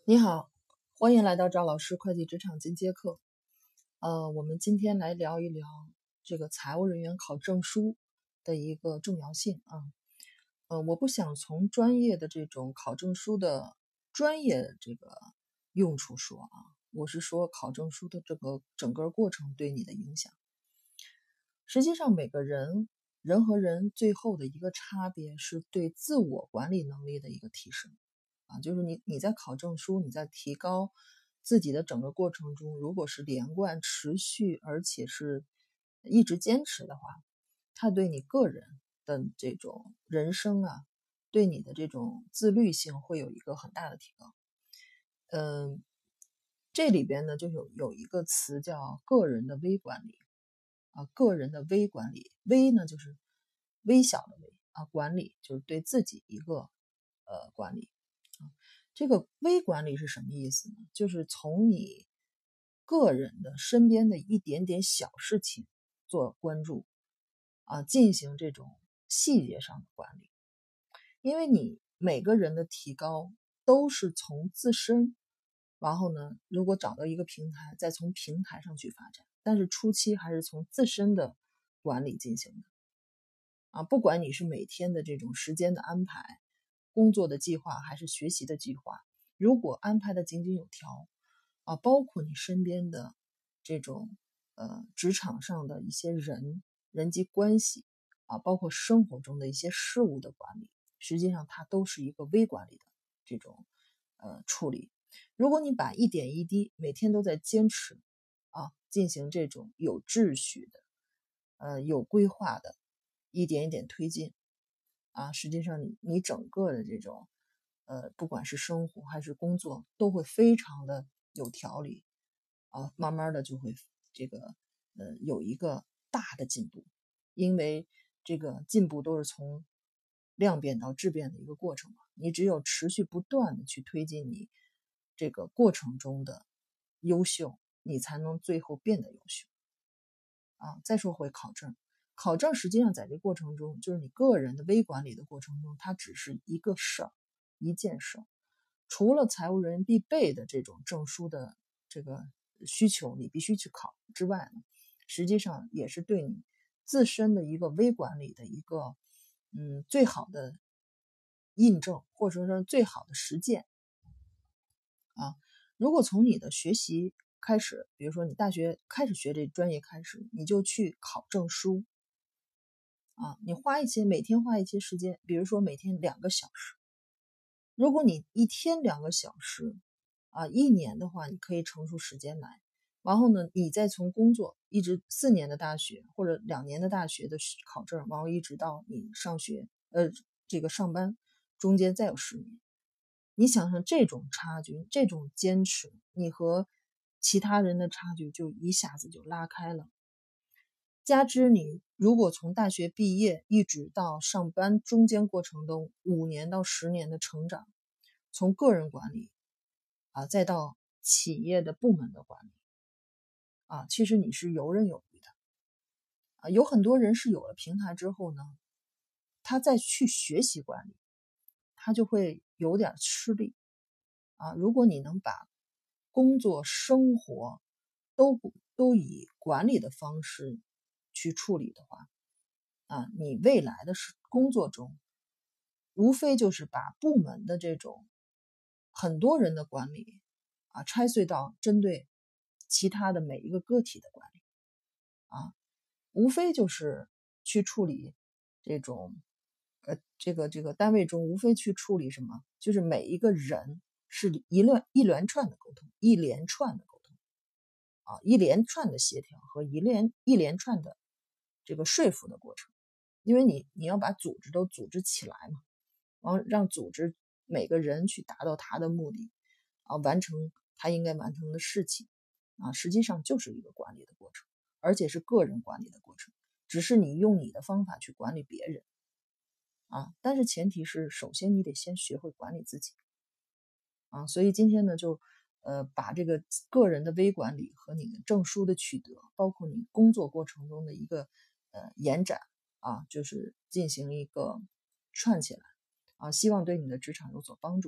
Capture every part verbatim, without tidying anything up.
你好，欢迎来到赵老师会计职场进阶课。呃，我们今天来聊一聊这个财务人员考证书的一个重要性啊。呃，我不想从专业的这种考证书的专业这个用处说啊，我是说考证书的这个整个过程对你的影响。实际上，每个人人和人最后的一个差别是对自我管理能力的一个提升。啊，就是你你在考证书，你在提高自己的整个过程中，如果是连贯、持续，而且是一直坚持的话，它对你个人的这种人生啊，对你的这种自律性会有一个很大的提高。嗯，这里边呢就有有一个词叫个人的微管理啊，个人的微管理，微呢就是微小的微啊，管理就是对自己一个呃管理。这个微管理是什么意思呢？就是从你个人的身边的一点点小事情做关注啊，进行这种细节上的管理。因为你每个人的提高都是从自身，然后呢，如果找到一个平台，再从平台上去发展，但是初期还是从自身的管理进行的啊。不管你是每天的这种时间的安排、工作的计划还是学习的计划，如果安排的井井有条啊，包括你身边的这种呃职场上的一些人人际关系啊，包括生活中的一些事物的管理，实际上它都是一个微管理的这种呃处理。如果你把一点一滴每天都在坚持啊，进行这种有秩序的呃有规划的一点一点推进啊，实际上你你整个的这种呃不管是生活还是工作都会非常的有条理啊，慢慢的就会这个呃有一个大的进步。因为这个进步都是从量变到质变的一个过程嘛，你只有持续不断的去推进你这个过程中的优秀，你才能最后变得优秀啊。再说回考证，考证实际上在这过程中，就是你个人的微管理的过程中，它只是一个事儿，一件事儿。除了财务人员必备的这种证书的这个需求，你必须去考之外呢，实际上也是对你自身的一个微管理的一个嗯最好的印证，或者说最好的实践啊。如果从你的学习开始，比如说你大学开始学这专业开始，你就去考证书啊，你花一些每天花一些时间，比如说每天两个小时。如果你一天两个小时啊，一年的话，你可以腾出时间来。然后呢，你再从工作一直四年的大学或者两年的大学的考证，然后一直到你上学，呃，这个上班中间再有十年。你想想这种差距，这种坚持，你和其他人的差距就一下子就拉开了。加之你如果从大学毕业一直到上班中间过程中五年到十年的成长，从个人管理啊，再到企业的部门的管理啊，其实你是游刃有余的啊。有很多人是有了平台之后呢，他再去学习管理，他就会有点吃力啊。如果你能把工作生活都都以管理的方式去处理的话啊，你未来的工作中，无非就是把部门的这种很多人的管理啊，拆碎到针对其他的每一个个体的管理啊，无非就是去处理这种呃这个这个单位中，无非去处理什么，就是每一个人是一连一连串的沟通，一连串的沟通啊，一连串的协调和一连一连串的这个说服的过程。因为你你要把组织都组织起来嘛，然后让组织每个人去达到他的目的啊，完成他应该完成的事情啊，实际上就是一个管理的过程，而且是个人管理的过程，只是你用你的方法去管理别人啊，但是前提是首先你得先学会管理自己啊。所以今天呢，就呃把这个个人的微管理和你的证书的取得，包括你工作过程中的一个呃延展啊，就是进行一个串起来啊，希望对你的职场有所帮助。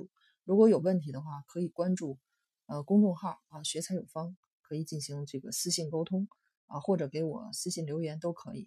如果有问题的话，可以关注呃公众号啊学财有方，可以进行这个私信沟通啊，或者给我私信留言都可以。